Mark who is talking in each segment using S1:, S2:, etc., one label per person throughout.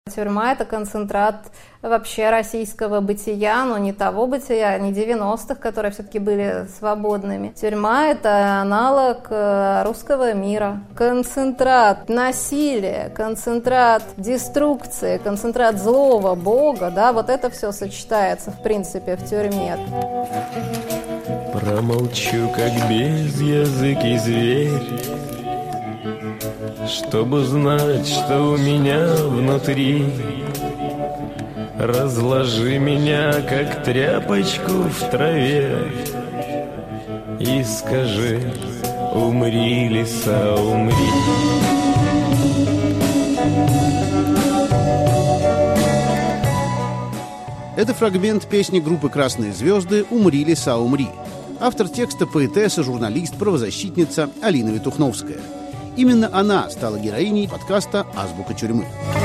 S1: Тюрьма – это концентрат вообще российского бытия, но не того бытия, не 90-х, которые все-таки были свободными. Тюрьма – это аналог русского мира. Концентрат насилия, концентрат деструкции, концентрат злого Бога, да, вот это все сочетается, в принципе, в тюрьме.
S2: Промолчу, как безязыкий зверь, чтобы знать, что у меня внутри. Разложи меня, как тряпочку в траве, и скажи: умри, лиса, умри.
S3: Это фрагмент песни группы «Красные звезды» «Умри, лиса, умри». Автор текста — поэтесса, журналист, правозащитница Алина Ветухновская. Именно она стала героиней подкаста «Азбука тюрьмы».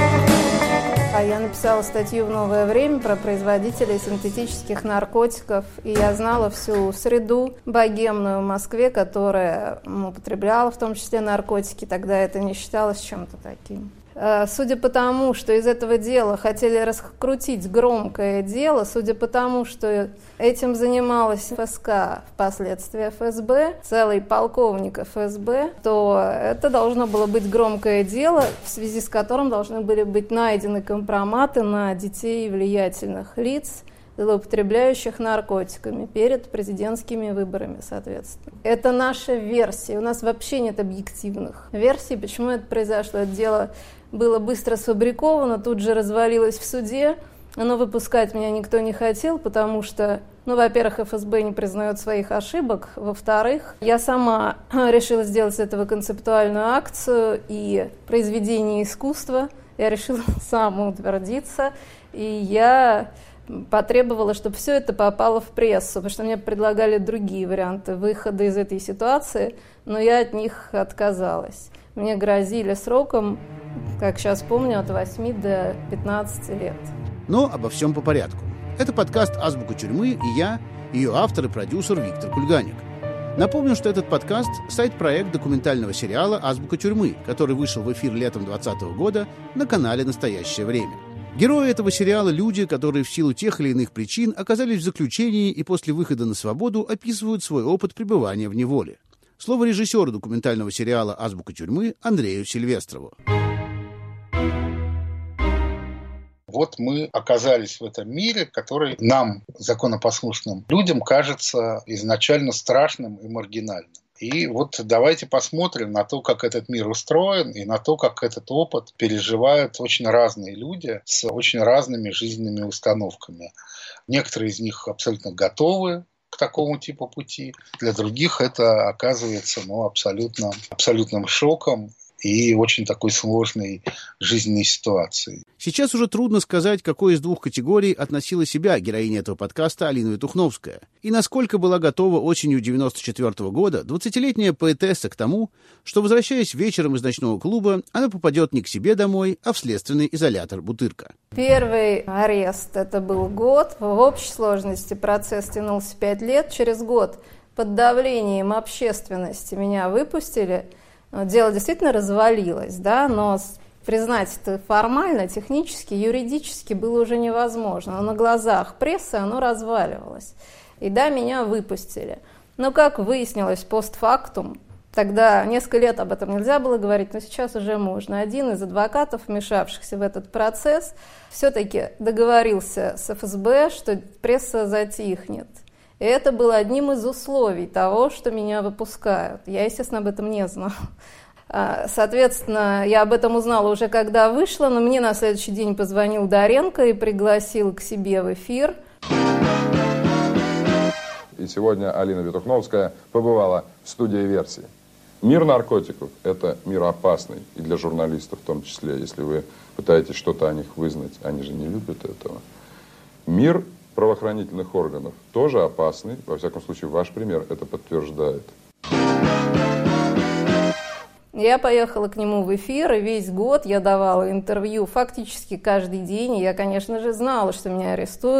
S1: Я написала статью в «Новое время» про производителей синтетических наркотиков, и я знала всю среду богемную в Москве, которая употребляла в том числе наркотики. Тогда это не считалось чем-то таким. Судя по тому, что из этого дела хотели раскрутить громкое дело, судя по тому, что этим занималась ФСК, впоследствии ФСБ, целый полковник ФСБ, то это должно было быть громкое дело, в связи с которым должны были быть найдены компроматы на детей влиятельных лиц, злоупотребляющих наркотиками перед президентскими выборами, соответственно. Это наша версия. У нас вообще нет объективных версий, почему это произошло. Это дело было быстро сфабриковано, тут же развалилось в суде. Но выпускать меня никто не хотел, потому что, во-первых, ФСБ не признает своих ошибок, во-вторых, я сама решила сделать с этого концептуальную акцию и произведение искусства. Я решила самоутвердиться, и я потребовала, чтобы все это попало в прессу, потому что мне предлагали другие варианты выхода из этой ситуации, но я от них отказалась. Мне грозили сроком, как сейчас помню, от 8 до 15 лет.
S3: Но обо всем по порядку. Это подкаст «Азбука тюрьмы» и я, ее автор и продюсер Виктор Кульганик. Напомню, что этот подкаст – сайт-проект документального сериала «Азбука тюрьмы», который вышел в эфир летом 2020 года на канале «Настоящее время». Герои этого сериала – люди, которые в силу тех или иных причин оказались в заключении и после выхода на свободу описывают свой опыт пребывания в неволе. Слово режиссеру документального сериала «Азбука тюрьмы» Андрею Сильвестрову.
S4: Вот мы оказались в этом мире, который нам, законопослушным людям, кажется изначально страшным и маргинальным. И вот давайте посмотрим на то, как этот мир устроен, и на то, как этот опыт переживают очень разные люди с очень разными жизненными установками. Некоторые из них абсолютно готовы к такому типу пути, для других это оказывается абсолютным шоком и очень такой сложной жизненной ситуацией.
S3: Сейчас уже трудно сказать, к какой из двух категорий относила себя героиня этого подкаста Алина Ветухновская, и насколько была готова осенью 1994 года 20-летняя поэтесса к тому, что, возвращаясь вечером из ночного клуба, она попадет не к себе домой, а в следственный изолятор Бутырка.
S1: Первый арест – это был год. В общей сложности процесс тянулся 5 лет. Через год под давлением общественности меня выпустили. Дело действительно развалилось, да, но признать это формально, технически, юридически было уже невозможно. Но на глазах прессы оно разваливалось. И да, меня выпустили. Но, как выяснилось постфактум, тогда несколько лет об этом нельзя было говорить, но сейчас уже можно. Один из адвокатов, вмешавшихся в этот процесс, все-таки договорился с ФСБ, что пресса затихнет. И это было одним из условий того, что меня выпускают. Я, естественно, об этом не знала. Соответственно, я об этом узнала уже когда вышла, но мне на следующий день позвонил Доренко и пригласил к себе в эфир.
S5: И сегодня Алина Ветухновская побывала в студии «Версии». Мир наркотиков – это мир опасный, и для журналистов в том числе, если вы пытаетесь что-то о них вызнать, они же не любят этого. Мир правоохранительных органов тоже опасный, во всяком случае, ваш пример это подтверждает.
S1: Я поехала к нему в эфир, и весь год я давала интервью фактически каждый день. И я, конечно же, знала, что меня арестуют,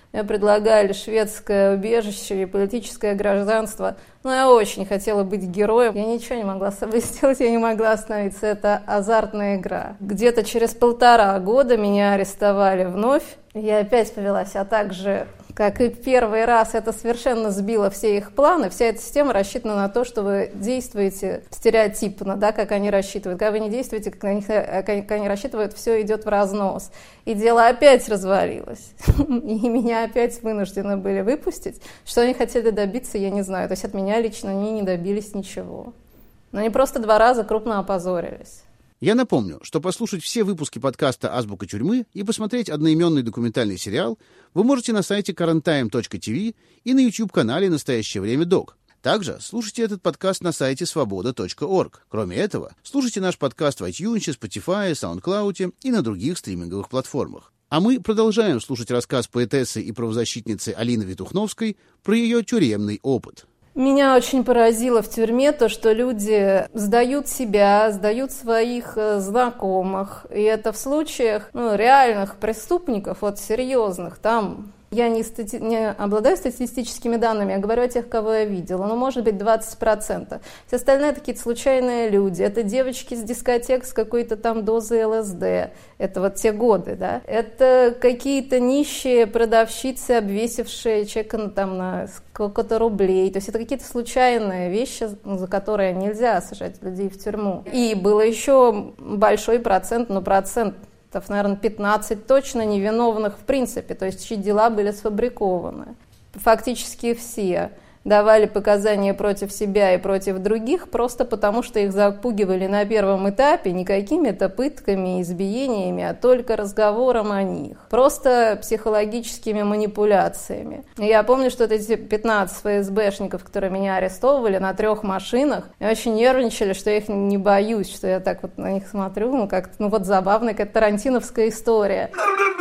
S1: Мне предлагали шведское убежище и политическое гражданство. Но я очень хотела быть героем. Я ничего не могла с собой сделать, я не могла остановиться. Это азартная игра. Где-то через 1,5 года меня арестовали вновь. Я опять повела себя так же, как и первый раз. Это совершенно сбило все их планы. Вся эта система рассчитана на то, что вы действуете стереотипно, да, как они рассчитывают. Когда вы не действуете, как они рассчитывают, все идет в разнос. И дело опять развалилось. И меня опять вынуждены были выпустить. Что они хотели добиться, я не знаю. То есть от меня лично они не добились ничего. Но они просто 2 раза крупно опозорились.
S3: Я напомню, что послушать все выпуски подкаста «Азбука тюрьмы» и посмотреть одноименный документальный сериал вы можете на сайте currenttime.tv и на YouTube-канале «Настоящее время Док». Также слушайте этот подкаст на сайте svoboda.org. Кроме этого, слушайте наш подкаст в iTunes, Spotify, SoundCloud и на других стриминговых платформах. А мы продолжаем слушать рассказ поэтессы и правозащитницы Алины Витухновской про ее тюремный опыт.
S1: Меня очень поразило в тюрьме то, что люди сдают себя, сдают своих знакомых. И это в случаях реальных преступников, серьезных. Там я не обладаю статистическими данными, я говорю о тех, кого я видела. Может быть, 20%. Все остальные какие-то случайные люди. Это девочки с дискотек с какой-то там дозой ЛСД. Это те годы, да. Это какие-то нищие продавщицы, обвесившие чек на сколько-то рублей. То есть это какие-то случайные вещи, за которые нельзя сажать людей в тюрьму. И было еще большой процент, наверное, 15 точно невиновных в принципе, то есть чьи дела были сфабрикованы. Фактически все давали показания против себя и против других просто потому, что их запугивали на первом этапе не какими-то пытками и избиениями, а только разговором о них. Просто психологическими манипуляциями. Я помню, что эти 15 ФСБшников, которые меня арестовывали на 3 машинах, очень нервничали, что я их не боюсь, что я так на них смотрю, забавная какая-то тарантиновская история.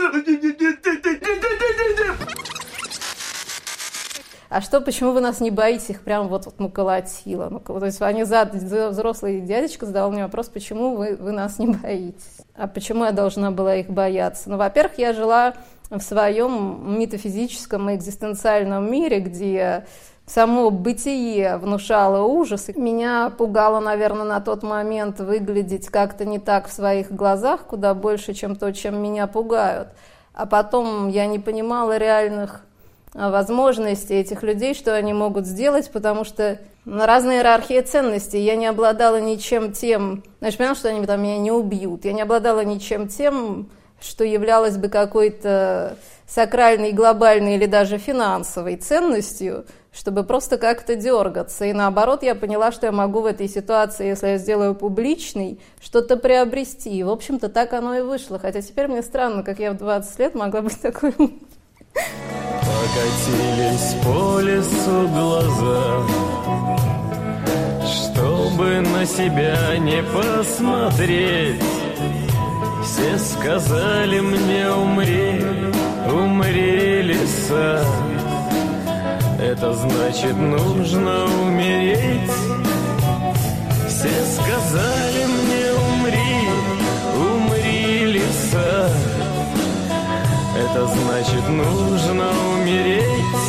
S1: А почему вы нас не боитесь? Их прям колотило. То есть взрослый дядечка задал мне вопрос, почему вы нас не боитесь? А почему я должна была их бояться? Во-первых, я жила в своем метафизическом и экзистенциальном мире, где само бытие внушало ужас. Меня пугало, наверное, на тот момент выглядеть как-то не так в своих глазах, куда больше, чем то, чем меня пугают. А потом я не понимала реальных возможности этих людей, что они могут сделать, потому что разная иерархия ценностей. Я не обладала ничем тем, поняла, что они меня не убьют. Я не обладала ничем тем, что являлось бы какой-то сакральной, глобальной или даже финансовой ценностью, чтобы просто как-то дергаться. И наоборот, я поняла, что я могу в этой ситуации, если я сделаю публичной, что-то приобрести. И, в общем-то, так оно и вышло. Хотя теперь мне странно, как я в 20 лет могла быть такой...
S2: Покатились по лесу глаза, чтобы на себя не посмотреть. Все сказали мне: умри, умри, лиса. Это значит, нужно умереть. Все сказали мне: умри, умри, лиса. Это значит, нужно умереть.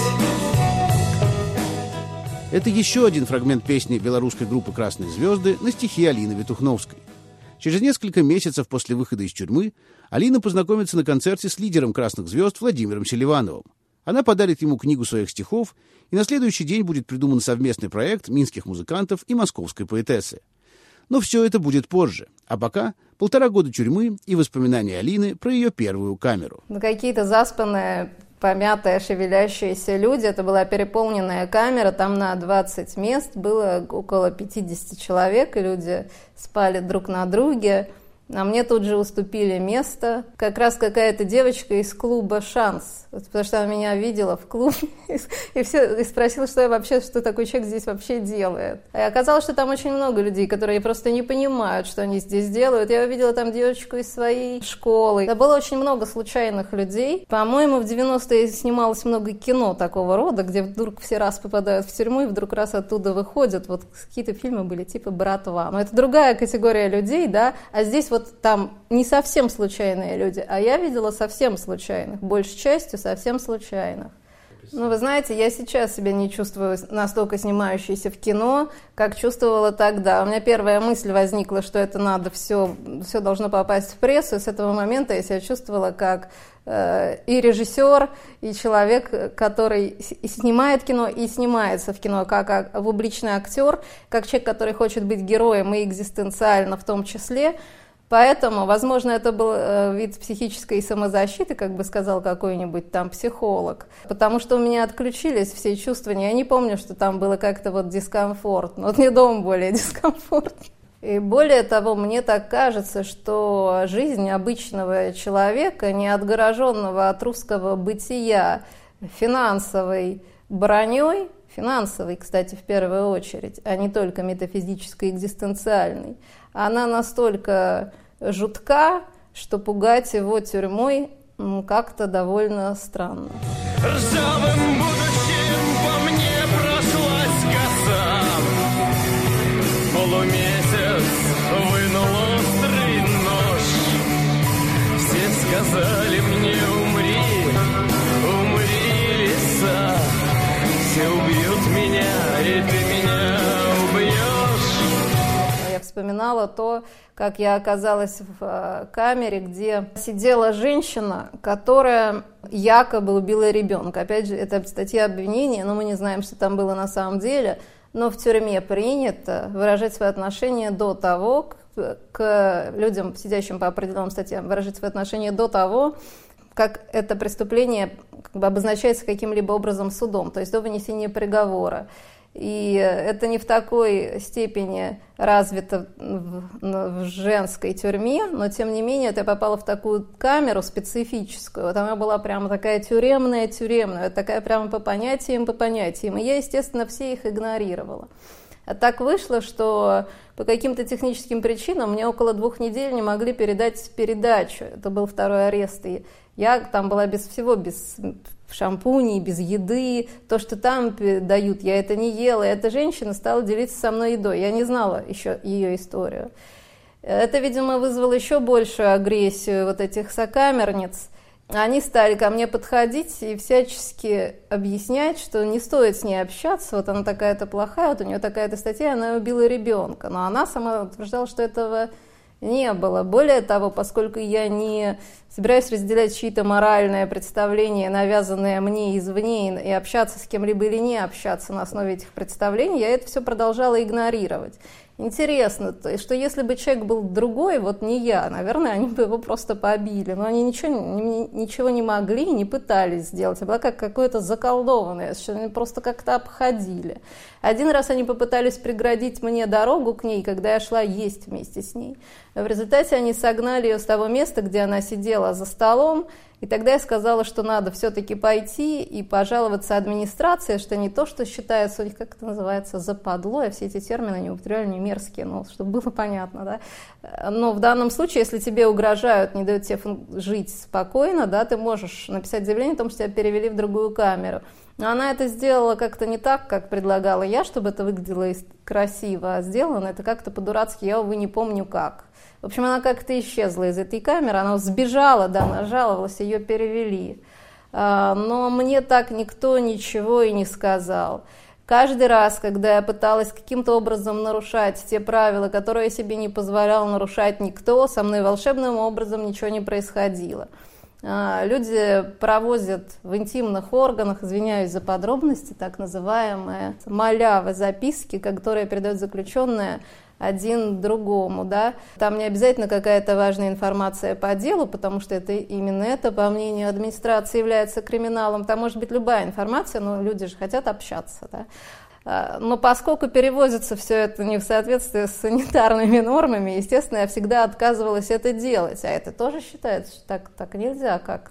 S3: Это еще один фрагмент песни белорусской группы «Красные звезды» на стихи Алины Витухновской. Через несколько месяцев после выхода из тюрьмы Алина познакомится на концерте с лидером «Красных звезд» Владимиром Селивановым. Она подарит ему книгу своих стихов, и на следующий день будет придуман совместный проект минских музыкантов и московской поэтессы. Но все это будет позже. А пока 1,5 года тюрьмы и воспоминания Алины про ее первую камеру.
S1: Какие-то заспанные, помятые, шевелящиеся люди. Это была переполненная камера, там на 20 мест было около 50 человек, и люди спали друг на друге. А мне тут же уступили место. Как раз какая-то девочка из клуба «Шанс», потому что она меня видела в клубе и спросила, что такой человек здесь вообще делает. И оказалось, что там очень много людей, которые просто не понимают, что они здесь делают. Я увидела там девочку из своей школы. Да было очень много случайных людей. По-моему, в 90-е снималось много кино такого рода, где вдруг все раз попадают в тюрьму и вдруг раз оттуда выходят. Какие-то фильмы были типа «Братва». Но это другая категория людей, да, а здесь вот там не совсем случайные люди, а я видела совсем случайных, большей частью совсем случайных. Ну, вы знаете, я сейчас себя не чувствую настолько снимающейся в кино, как чувствовала тогда. У меня первая мысль возникла, что это надо, все должно попасть в прессу, и с этого момента я себя чувствовала как и режиссер, и человек, который и снимает кино, и снимается в кино, как публичный актер, как человек, который хочет быть героем и экзистенциально в том числе. Поэтому, возможно, это был вид психической самозащиты, как бы сказал какой-нибудь там психолог, потому что у меня отключились все чувствования. Я не помню, что там было как-то вот дискомфортно. Вот мне дома более дискомфортно. И более того, мне так кажется, что жизнь обычного человека, не отгороженного от русского бытия финансовой броней, финансовой, кстати, в первую очередь, а не только метафизической, экзистенциальной, она настолько жутка, что пугать его тюрьмой как-то довольно странно.
S2: Ржавым будущим по мне прошлась коса. Полумесяц вынул острый нож. Все сказали мне: умри, умри, лиса. Все убьют меня, и ты меня убьешь.
S1: Я вспоминала то, как я оказалась в камере, где сидела женщина, которая якобы убила ребенка. Опять же, это статья обвинения, но мы не знаем, что там было на самом деле. Но в тюрьме принято выражать свои отношения до того, к людям, сидящим по определенным статьям, выражать свои отношения до того, как это преступление как бы обозначается каким-либо образом судом, то есть до вынесения приговора. И это не в такой степени развито в женской тюрьме, но тем не менее я попала в такую камеру специфическую. Вот она была прямо такая тюремная, такая прямо по понятиям. И я, естественно, все их игнорировала. А так вышло, что по каким-то техническим причинам мне около 2 недель не могли передать передачу. Это был второй арест. И я там была без всего, без шампуней, без еды. То, что там дают, я это не ела. И эта женщина стала делиться со мной едой. Я не знала еще ее историю. Это, видимо, вызвало еще большую агрессию вот этих сокамерниц. Они стали ко мне подходить и всячески объяснять, что не стоит с ней общаться, вот она такая-то плохая, вот у нее такая-то статья, она убила ребенка. Но она сама утверждала, что этого не было. Более того, поскольку я не собираюсь разделять чьи-то моральные представления, навязанные мне извне, и общаться с кем-либо или не общаться на основе этих представлений, я это все продолжала игнорировать. Интересно, что если бы человек был другой, вот не я, наверное, они бы его просто побили. Но они ничего не могли, не пытались сделать. Была как какое-то заколдованное, что они просто как-то обходили. Один раз они попытались преградить мне дорогу к ней, когда я шла есть вместе с ней. В результате они согнали ее с того места, где она сидела за столом. И тогда я сказала, что надо все-таки пойти и пожаловаться администрации, что не то, что считается у них, как это называется, западло, я все эти термины не употребляю, не мерзкие, но чтобы было понятно, да. Но в данном случае, если тебе угрожают, не дают тебе жить спокойно, да, ты можешь написать заявление о том, что тебя перевели в другую камеру. Но она это сделала как-то не так, как предлагала я, чтобы это выглядело красиво, а сделано это как-то по-дурацки, я, увы, не помню как. В общем, она как-то исчезла из этой камеры, она сбежала, да, она жаловалась, ее перевели. Но мне так никто ничего и не сказал. Каждый раз, когда я пыталась каким-то образом нарушать те правила, которые я себе не позволял нарушать никто, со мной волшебным образом ничего не происходило. Люди провозят в интимных органах, извиняюсь за подробности, так называемые малявы записки, которые передают заключенные один другому, да. Там не обязательно какая-то важная информация по делу, потому что именно это, по мнению администрации, является криминалом. Там может быть любая информация, но люди же хотят общаться, да. Но поскольку перевозится все это не в соответствии с санитарными нормами, естественно, я всегда отказывалась это делать. А это тоже считается, что так нельзя, как так.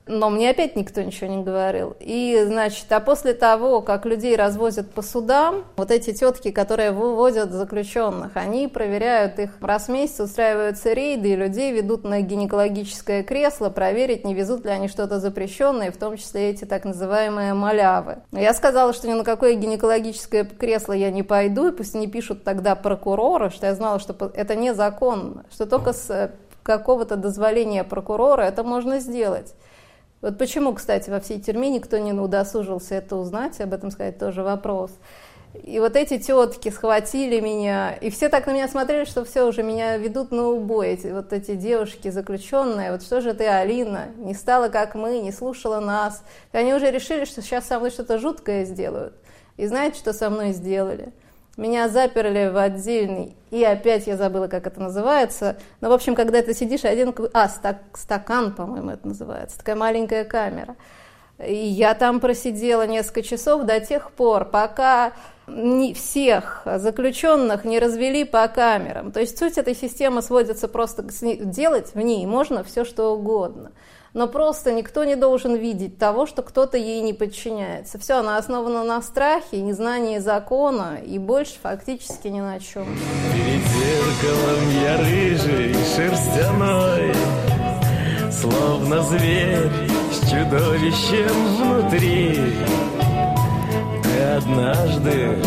S1: Но мне опять никто ничего не говорил. И, значит, а после того, как людей развозят по судам, вот эти тетки, которые вывозят заключенных, они проверяют их раз в месяц, устраиваются рейды, и людей ведут на гинекологическое кресло, проверить, не везут ли они что-то запрещенное, в том числе эти так называемые малявы. Я сказала, что ни на какое гинекологическое кресло я не пойду, и пусть не пишут тогда прокуроры, что я знала, что это незаконно, что только с какого-то дозволения прокурора это можно сделать. Вот почему, кстати, во всей тюрьме никто не удосужился это узнать, об этом сказать тоже вопрос. И вот эти тетки схватили меня, и все так на меня смотрели, что все, уже меня ведут на убой. Вот эти девушки заключенные, вот что же ты, Алина, не стала как мы, не слушала нас. И они уже решили, что сейчас со мной что-то жуткое сделают. И знаете, что со мной сделали? Меня заперли в отдельный, и опять я забыла, как это называется. Но, в общем, когда ты сидишь, стакан, по-моему, это называется, такая маленькая камера. И я там просидела несколько часов до тех пор, пока всех заключенных не развели по камерам. То есть суть этой системы сводится просто делать в ней можно все, что угодно. Но просто никто не должен видеть того, что кто-то ей не подчиняется. Все, она основана на страхе, незнании закона и больше фактически ни на чем.
S2: Перед зеркалом я рыжий, шерстяной, словно зверь с чудовищем внутри. Ты однажды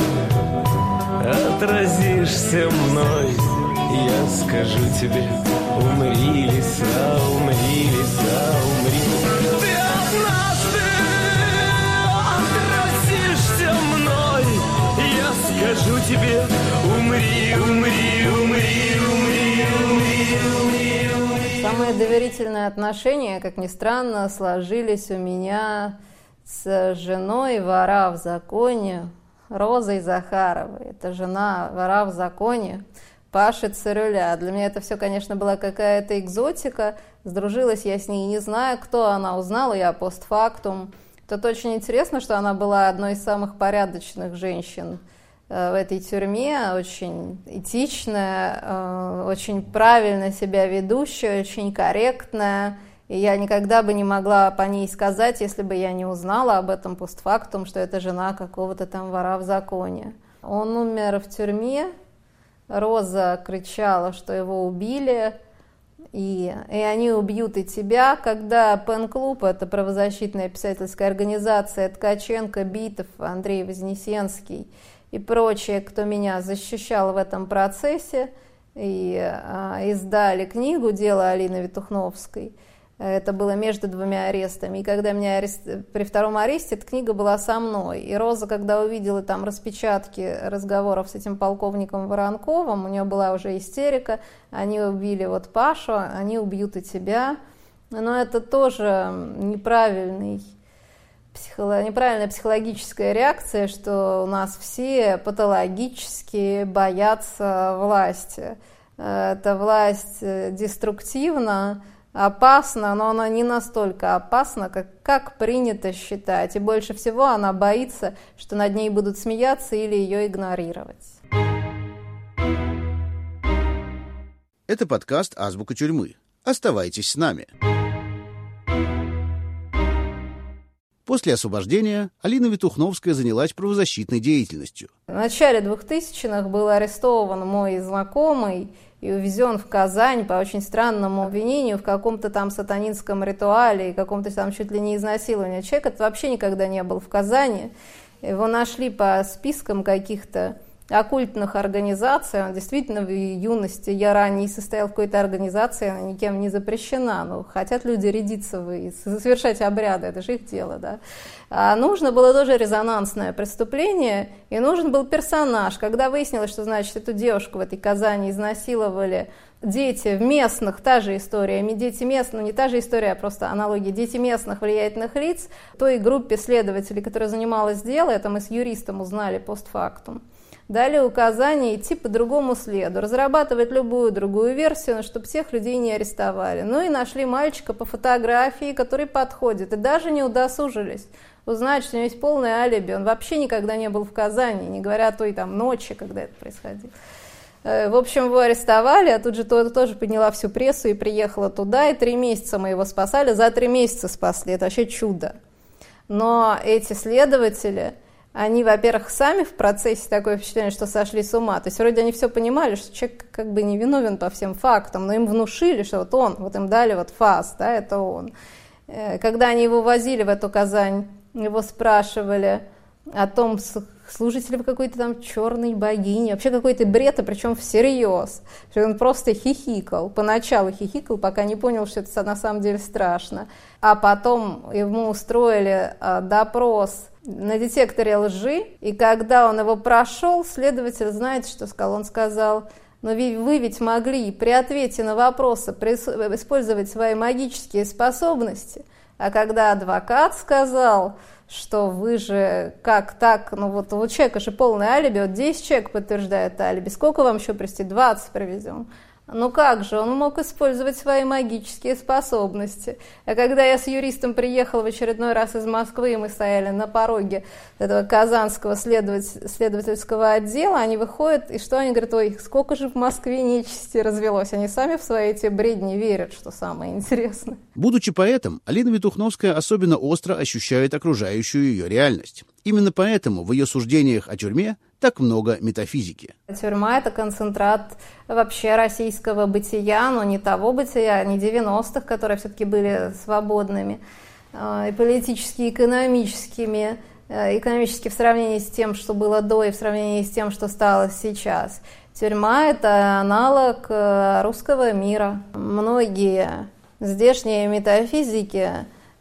S2: отразишься мной, я скажу тебе: умри, лиса, умри, лиса, умри. Ты однажды отразишься мной, я скажу тебе: умри, умри, умри, умри, умри, умри, умри.
S1: Самые доверительные отношения, как ни странно, сложились у меня с женой вора в законе Розой Захаровой. Это жена вора в законе Паши Цирюля. Для меня это все, конечно, была какая-то экзотика. Сдружилась я с ней, не знаю, кто она, узнала я постфактум. Тут очень интересно, что она была одной из самых порядочных женщин в этой тюрьме, очень этичная, очень правильно себя ведущая, очень корректная. И я никогда бы не могла по ней сказать, если бы я не узнала об этом постфактум, что это жена какого-то там вора в законе. Он умер в тюрьме. Роза кричала, что его убили, и они убьют и тебя. Когда Пен-клуб, это правозащитная писательская организация, Ткаченко, Битов, Андрей Вознесенский и прочие, кто меня защищал в этом процессе, и издали книгу «Дело Алины Витухновской». Это было между двумя арестами. И когда меня при втором аресте, эта книга была со мной. И Роза, когда увидела там распечатки разговоров с этим полковником Воронковым, у нее была уже истерика. Они убили вот Пашу, они убьют и тебя. Но это тоже неправильная психологическая реакция, что у нас все патологически боятся власти. Эта власть деструктивна, опасна, но она не настолько опасна, как принято считать. И больше всего она боится, что над ней будут смеяться или ее игнорировать.
S3: Это подкаст «Азбука тюрьмы». Оставайтесь с нами. После освобождения Алина Витухновская занялась правозащитной деятельностью.
S1: В начале 2000-х был арестован мой знакомый и увезен в Казань по очень странному обвинению в каком-то там сатанинском ритуале и каком-то там чуть ли не изнасиловании. Человек этот вообще никогда не был в Казани. Его нашли по спискам каких-то оккультных организаций. Он действительно в юности, я ранее состоял в какой-то организации, она никем не запрещена. Но хотят люди рядиться и совершать обряды, это же их дело, да. А нужно было тоже резонансное преступление, и нужен был персонаж. Когда выяснилось, что, значит, эту девушку в этой Казани изнасиловали дети местных, та же история, дети местных, не та же история, а просто аналогия, дети местных влиятельных лиц, той группе следователей, которая занималась делом, это мы с юристом узнали постфактум, дали указание идти по другому следу, разрабатывать любую другую версию, чтобы тех людей не арестовали. Ну и нашли мальчика по фотографии, который подходит, и даже не удосужились узнать, что у него есть полное алиби. Он вообще никогда не был в Казани, не говоря о той там ночи, когда это происходило. В общем, его арестовали, а тут же тоже подняла всю прессу и приехала туда, и 3 месяца мы его спасали, за 3 месяца спасли, это вообще чудо. Но эти следователи, они, во-первых, сами в процессе такое впечатление, что сошли с ума, то есть вроде они все понимали, что человек как бы невиновен по всем фактам, но им внушили, что вот он, вот им дали вот фас, да, это он. Когда они его возили в эту Казань, его спрашивали о том, служите ли вы какой-то там черной богине, вообще какой-то бред, а причем всерьез, что он просто хихикал, поначалу хихикал, пока не понял, что это на самом деле страшно, а потом ему устроили допрос на детекторе лжи, и когда он его прошел, следователь, знаете, что сказал? Он сказал: но вы ведь могли при ответе на вопросы использовать свои магические способности, а когда адвокат сказал, что вы же как так, ну вот у человека же полное алиби, вот 10 человек подтверждает алиби, сколько вам еще привезти? 20 привезем. Ну как же, он мог использовать свои магические способности. А когда я с юристом приехала в очередной раз из Москвы, и мы стояли на пороге этого казанского следовательского отдела, они выходят, и что они говорят: ой, сколько же в Москве нечисти развелось. Они сами в свои эти бредни верят, что самое интересное.
S3: Будучи поэтом, Алина Витухновская особенно остро ощущает окружающую ее реальность. Именно поэтому в ее суждениях о тюрьме так много метафизики.
S1: Тюрьма – это концентрат вообще российского бытия, но не того бытия, не 90-х, которые все-таки были свободными, и политически, и экономическими, экономически в сравнении с тем, что было до, и в сравнении с тем, что стало сейчас. Тюрьма – это аналог русского мира. Многие здешние метафизики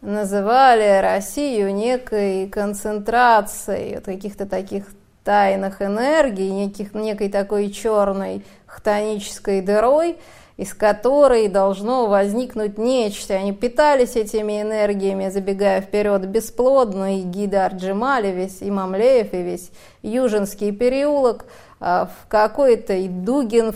S1: называли Россию некой концентрацией каких-то таких тайных энергий, некой такой черной хтонической дырой, из которой должно возникнуть нечто. Они питались этими энергиями, забегая вперед, бесплодно, и Гидар Джемали, весь Имамлеев, и весь Южинский переулок, в какой-то и Дугин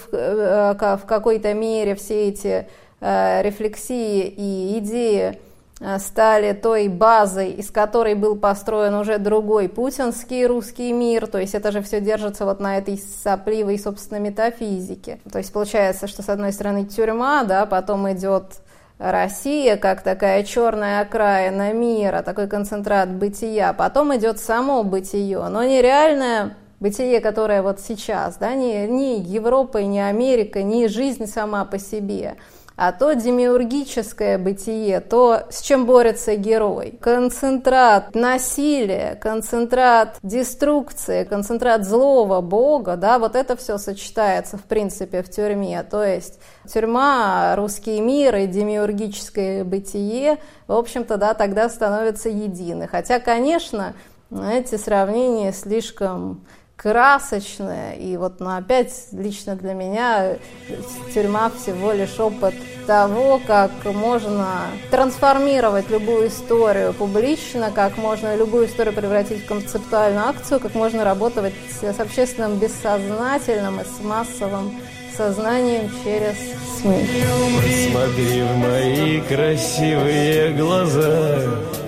S1: в какой-то мере все эти рефлексии и идеи стали той базой, из которой был построен уже другой путинский русский мир, то есть это же все держится вот на этой сопливой, собственно, метафизике. То есть получается, что с одной стороны тюрьма, да, потом идет Россия, как такая черная окраина мира, такой концентрат бытия, потом идет само бытие, но не реальное бытие, которое вот сейчас, да, не Европа, не Америка, не жизнь сама по себе, а то демиургическое бытие, то, с чем борется герой. Концентрат насилия, концентрат деструкции, концентрат злого бога, да, вот это все сочетается, в принципе, в тюрьме. То есть тюрьма, русский мир и демиургическое бытие, в общем-то, да, тогда становятся едины. Хотя, конечно, эти сравнения слишком красочная, и вот, ну, опять лично для меня тюрьма всего лишь опыт того, как можно трансформировать любую историю публично, как можно любую историю превратить в концептуальную акцию, как можно работать с общественным бессознательным и с массовым сознанием через СМИ.
S2: Посмотри в мои красивые глаза,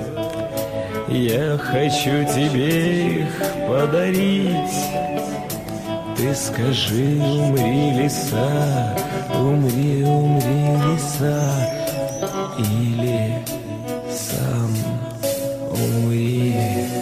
S2: я хочу тебе их подарить. Ты скажи, умри, лиса, умри, умри, лиса, или сам умри.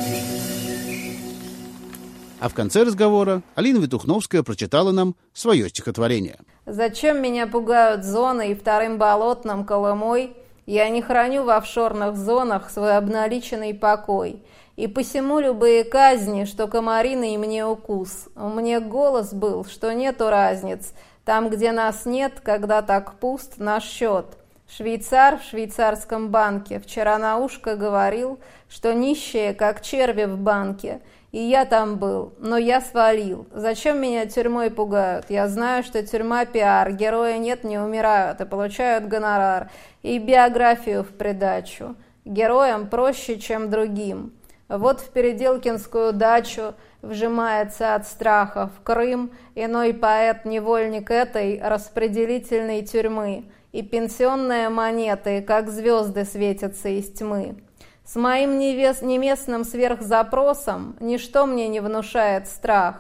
S3: А в конце разговора Алина Витухновская прочитала нам свое стихотворение.
S1: «Зачем меня пугают зоны и вторым болотным Колымой? Я не храню в офшорных зонах свой обналиченный покой. И посему любые казни, что комарины и мне укус. Мне голос был, что нету разниц. Там, где нас нет, когда так пуст наш счет. Швейцар в швейцарском банке вчера на ушко говорил, что нищие, как черви в банке. И я там был, но я свалил. Зачем меня тюрьмой пугают? Я знаю, что тюрьма пиар, герои нет, не умирают и получают гонорар. И биографию в придачу. Героям проще, чем другим. Вот в Переделкинскую дачу вжимается от страха в Крым иной поэт-невольник этой распределительной тюрьмы. И пенсионные монеты, как звезды, светятся из тьмы. С моим неместным сверхзапросом ничто мне не внушает страх.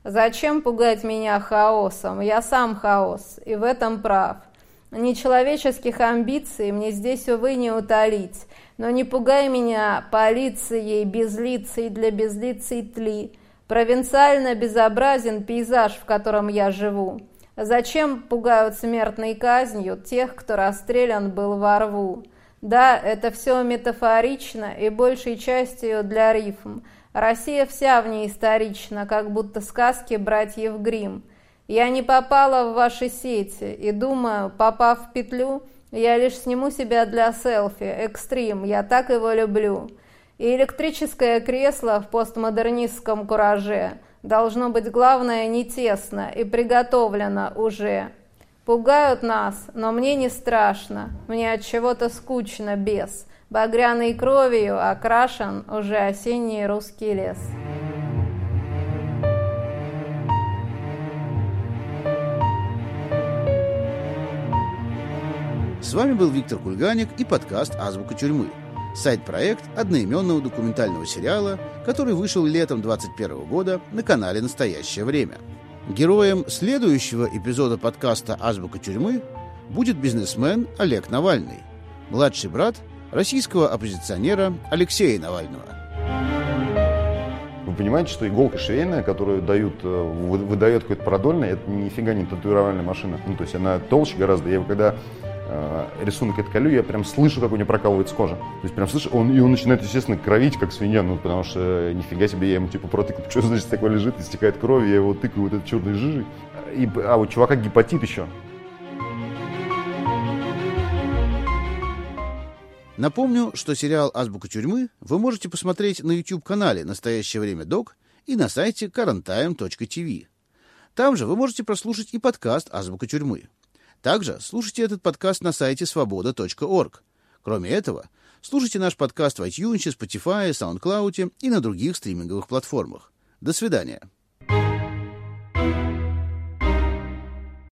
S1: Зачем пугать меня хаосом? Я сам хаос, и в этом прав. Нечеловеческих амбиций мне здесь, увы, не утолить. Но не пугай меня полицией безлицей для безлицей тли. Провинциально безобразен пейзаж, в котором я живу. Зачем пугают смертной казнью тех, кто расстрелян был во рву? Да, это все метафорично и большей частью для рифм. Россия вся в ней исторична, как будто сказки братьев Гримм. Я не попала в ваши сети и думаю, попав в петлю, я лишь сниму себя для селфи, экстрим, я так его люблю. И электрическое кресло в постмодернистском кураже должно быть, главное, не тесно и приготовлено уже. Пугают нас, но мне не страшно, мне от чего-то скучно без. Багряной кровью окрашен уже осенний русский лес.
S3: С вами был Виктор Кульганик и подкаст «Азбука тюрьмы». Сайт-проект одноименного документального сериала, который вышел летом 2021 года на канале «Настоящее время». Героем следующего эпизода подкаста «Азбука тюрьмы» будет бизнесмен Олег Навальный, младший брат российского оппозиционера Алексея Навального.
S6: Вы понимаете, что иголка швейная, которую выдает какой-то продольный, это нифига не татуировальная машина. То есть она толще гораздо. Я когда рисунок отколю, я прям слышу, как у него прокалывается кожа. То есть прям слышу, он начинает, естественно, кровить, как свинья, потому что нифига себе, я ему протыкаю, что значит такое лежит, истекает кровь, я его тыкаю вот этой черной жижей. А у чувака гепатит еще.
S3: Напомню, что сериал «Азбука тюрьмы» вы можете посмотреть на YouTube-канале «Настоящее время Док» и на сайте quarantime.tv. Там же вы можете прослушать и подкаст «Азбука тюрьмы». Также слушайте этот подкаст на сайте svoboda.org. Кроме этого, слушайте наш подкаст в iTunes, Spotify, SoundCloud и на других стриминговых платформах. До свидания.